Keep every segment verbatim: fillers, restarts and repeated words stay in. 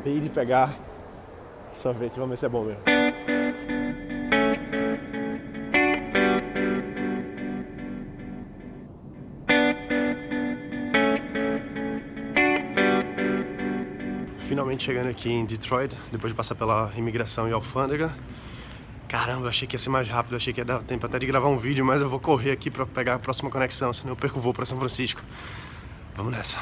acabei de pegar sorvete, vamos ver se é bom mesmo. Finalmente chegando aqui em Detroit, depois de passar pela imigração e alfândega. Caramba, eu achei que ia ser mais rápido, eu achei que ia dar tempo até de gravar um vídeo, mas eu vou correr aqui pra pegar a próxima conexão, senão eu perco o voo pra São Francisco. Vamos nessa.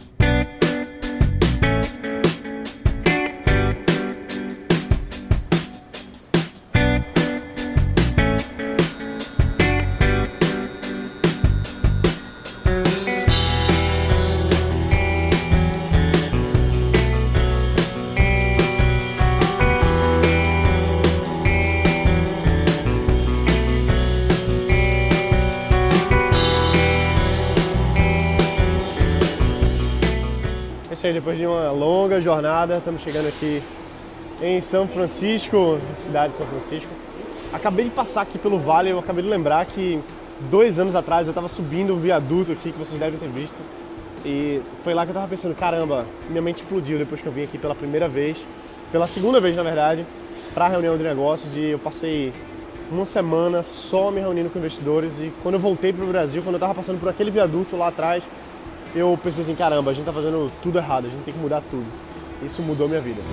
Depois de uma longa jornada, estamos chegando aqui em São Francisco, cidade de São Francisco. Acabei de passar aqui pelo vale, eu acabei de lembrar que dois anos atrás eu estava subindo um viaduto aqui, que vocês devem ter visto. E foi lá que eu estava pensando, caramba, minha mente explodiu depois que eu vim aqui pela primeira vez, pela segunda vez na verdade, para a reunião de negócios, e eu passei uma semana só me reunindo com investidores. E quando eu voltei para o Brasil, quando eu estava passando por aquele viaduto lá atrás, eu pensei assim, caramba, a gente tá fazendo tudo errado, a gente tem que mudar tudo. Isso mudou minha vida.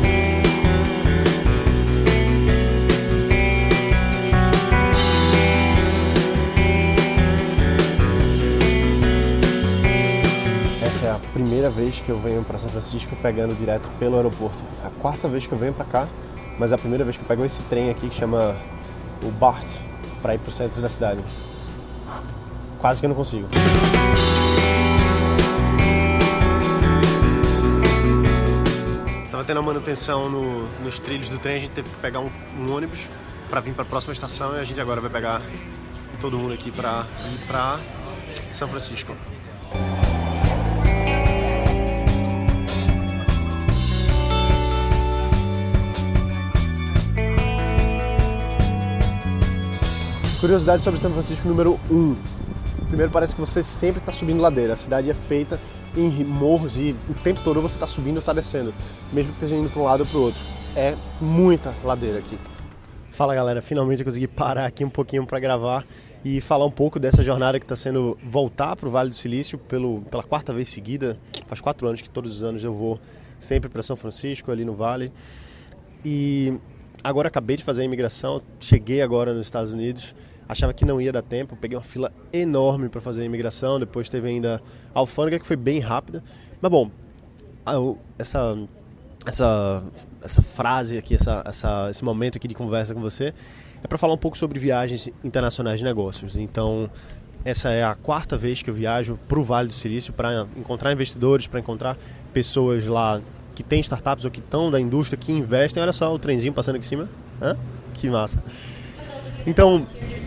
Essa é a primeira vez que eu venho para São Francisco pegando direto pelo aeroporto. É a quarta vez que eu venho para cá, mas é a primeira vez que eu pego esse trem aqui que chama o BART, para ir pro centro da cidade. Quase que eu não consigo. Tava tendo a manutenção no, nos trilhos do trem, a gente teve que pegar um, um ônibus para vir para a próxima estação, e a gente agora vai pegar todo mundo aqui para ir para São Francisco. Curiosidade sobre São Francisco número um. Primeiro, parece que você sempre está subindo ladeira. A cidade é feita em morros e o tempo todo você está subindo ou está descendo, mesmo que esteja indo para um lado ou para o outro. É muita ladeira aqui. Fala galera, finalmente eu consegui parar aqui um pouquinho para gravar e falar um pouco dessa jornada que está sendo voltar para o Vale do Silício pelo, pela quarta vez seguida. Faz quatro anos que todos os anos eu vou sempre para São Francisco, ali no Vale. E agora acabei de fazer a imigração, cheguei agora nos Estados Unidos. Achava que não ia dar tempo, peguei uma fila enorme para fazer a imigração, depois teve ainda a alfândega, que foi bem rápida. Mas bom, essa, essa, essa frase aqui, essa, essa, esse momento aqui de conversa com você é para falar um pouco sobre viagens internacionais de negócios. Então, essa é a quarta vez que eu viajo para o Vale do Silício para encontrar investidores, para encontrar pessoas lá que têm startups ou que estão da indústria, que investem. Olha só o trenzinho passando aqui em cima. Hã? Que massa. Então...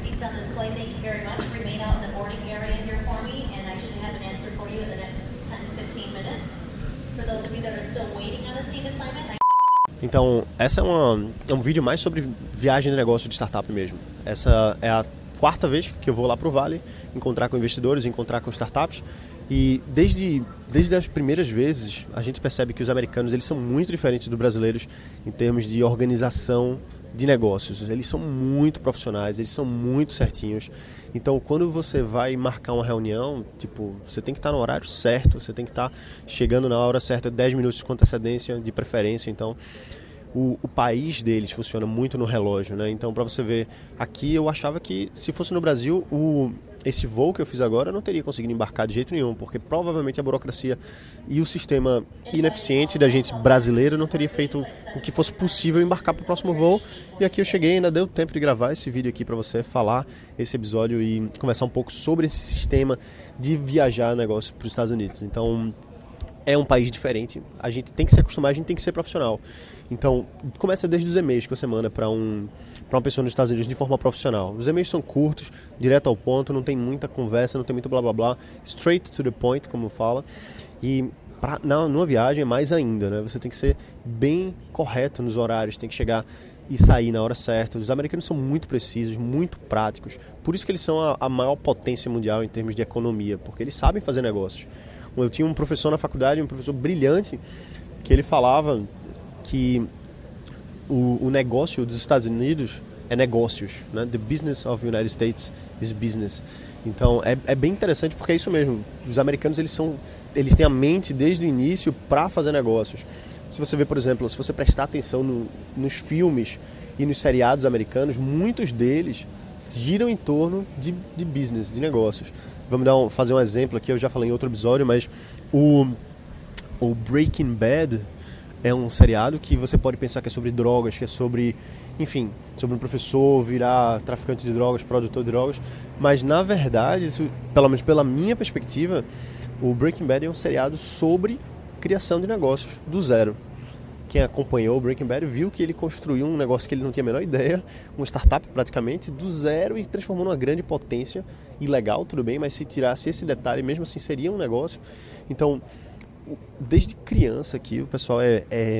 Então, essa é, uma, é um vídeo mais sobre viagem de negócio de startup mesmo. Essa é a quarta vez que eu vou lá para o Vale, encontrar com investidores, encontrar com startups. E desde, desde as primeiras vezes, a gente percebe que os americanos eles são muito diferentes dos brasileiros em termos de organização de negócios. Eles são muito profissionais, eles são muito certinhos. Então, quando você vai marcar uma reunião, tipo, você tem que estar no horário certo, você tem que estar chegando na hora certa, dez minutos com antecedência, de preferência. Então, o, o país deles funciona muito no relógio, né? Então, para você ver, aqui eu achava que, se fosse no Brasil, o... esse voo que eu fiz agora eu não teria conseguido embarcar de jeito nenhum, porque provavelmente a burocracia e o sistema ineficiente da gente brasileiro não teria feito com que fosse possível embarcar para o próximo voo. E aqui eu cheguei, ainda deu tempo de gravar esse vídeo aqui para você, falar esse episódio e conversar um pouco sobre esse sistema de viajar negócio para os Estados Unidos. Então, é um país diferente, a gente tem que se acostumar, a gente tem que ser profissional. Então, começa desde os e-mails que você manda para um, para uma pessoa nos Estados Unidos de forma profissional. Os e-mails são curtos, direto ao ponto, não tem muita conversa, não tem muito blá blá blá, straight to the point, como fala. E pra, na, numa viagem é mais ainda, né? Você tem que ser bem correto nos horários, tem que chegar e sair na hora certa. Os americanos são muito precisos, muito práticos. Por isso que eles são a, a maior potência mundial em termos de economia, porque eles sabem fazer negócios. Eu tinha um professor na faculdade, um professor brilhante, que ele falava que o, o negócio dos Estados Unidos é negócios, né? The business of the United States is business. Então é, é bem interessante porque é isso mesmo. Os americanos eles são, eles têm a mente desde o início para fazer negócios. Se você vê, por exemplo, se você prestar atenção no, nos filmes e nos seriados americanos, muitos deles giram em torno de, de business, de negócios. Vamos dar um, fazer um exemplo aqui, eu já falei em outro episódio, mas o, o Breaking Bad é um seriado que você pode pensar que é sobre drogas, que é sobre, enfim, sobre um professor virar traficante de drogas, produtor de drogas, mas na verdade, isso, pelo menos pela minha perspectiva, o Breaking Bad é um seriado sobre criação de negócios do zero. Quem acompanhou o Breaking Bad viu que ele construiu um negócio que ele não tinha a menor ideia, uma startup praticamente, do zero e transformou numa grande potência. Ilegal, tudo bem, mas se tirasse esse detalhe, mesmo assim seria um negócio. Então, desde criança aqui, o pessoal é, é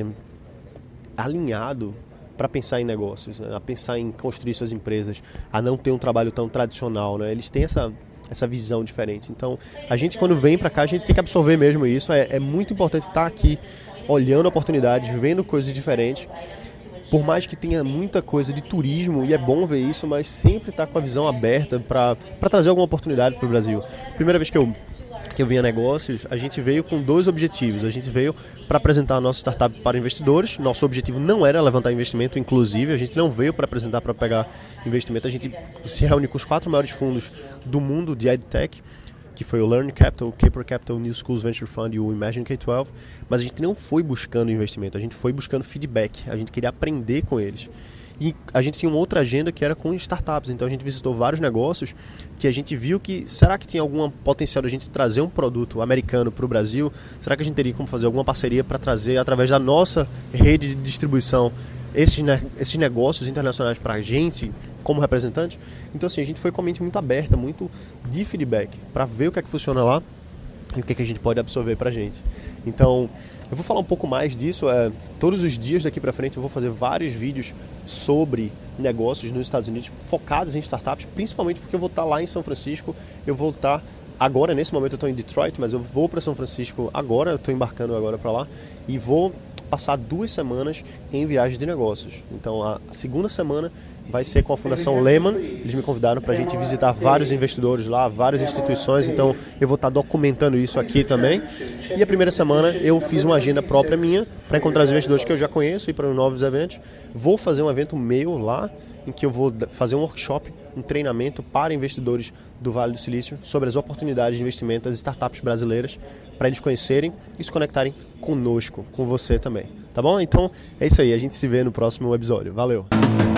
alinhado para pensar em negócios, né? A pensar em construir suas empresas, a não ter um trabalho tão tradicional, né? Eles têm essa... essa visão diferente. Então, a gente quando vem para cá, a gente tem que absorver mesmo isso. É, é muito importante estar aqui olhando oportunidades, vendo coisas diferentes. Por mais que tenha muita coisa de turismo, e é bom ver isso, mas sempre estar com a visão aberta para trazer alguma oportunidade para o Brasil. Primeira vez que eu, que eu vim a negócios, a gente veio com dois objetivos. A gente veio para apresentar a nossa startup para investidores. Nosso objetivo não era levantar investimento, inclusive. A gente não veio para apresentar para pegar investimento. A gente se reúne com os quatro maiores fundos do mundo de EdTech, que foi o Learn Capital, Caper Capital, New Schools Venture Fund e o Imagine K doze. Mas a gente não foi buscando investimento, a gente foi buscando feedback. A gente queria aprender com eles. E a gente tinha uma outra agenda que era com startups. Então a gente visitou vários negócios que a gente viu que, será que tinha algum potencial de a gente trazer um produto americano para o Brasil? Será que a gente teria como fazer alguma parceria para trazer, através da nossa rede de distribuição, esses, ne- esses negócios internacionais para a gente como representante? Então assim, a gente foi com a mente muito aberta, muito de feedback, para ver o que é que funciona lá e o que é que a gente pode absorver para a gente. Então, eu vou falar um pouco mais disso. É, todos os dias daqui para frente eu vou fazer vários vídeos sobre negócios nos Estados Unidos, focados em startups, principalmente porque eu vou estar lá em São Francisco. Eu vou estar agora, nesse momento eu estou em Detroit, mas eu vou para São Francisco agora, eu estou embarcando agora para lá e vou passar duas semanas em viagem de negócios. Então a segunda semana vai ser com a Fundação Lehman. Eles me convidaram para a gente visitar vários investidores lá, várias instituições, então eu vou estar documentando isso aqui também. E a primeira semana eu fiz uma agenda própria minha para encontrar os investidores que eu já conheço e para novos eventos. Vou fazer um evento meu lá, em que eu vou fazer um workshop, um treinamento para investidores do Vale do Silício sobre as oportunidades de investimento das startups brasileiras, para eles conhecerem e se conectarem conosco, com você também. Tá bom? Então é isso aí, a gente se vê no próximo episódio. Valeu!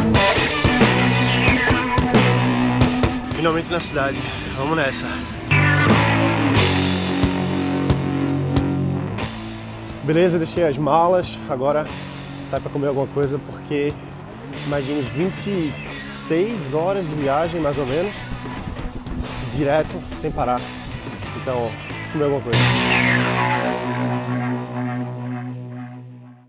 Finalmente na cidade, vamos nessa! Beleza, deixei as malas, agora sai para comer alguma coisa, porque imagine vinte e seis horas de viagem mais ou menos, direto, sem parar. Então, comer alguma coisa.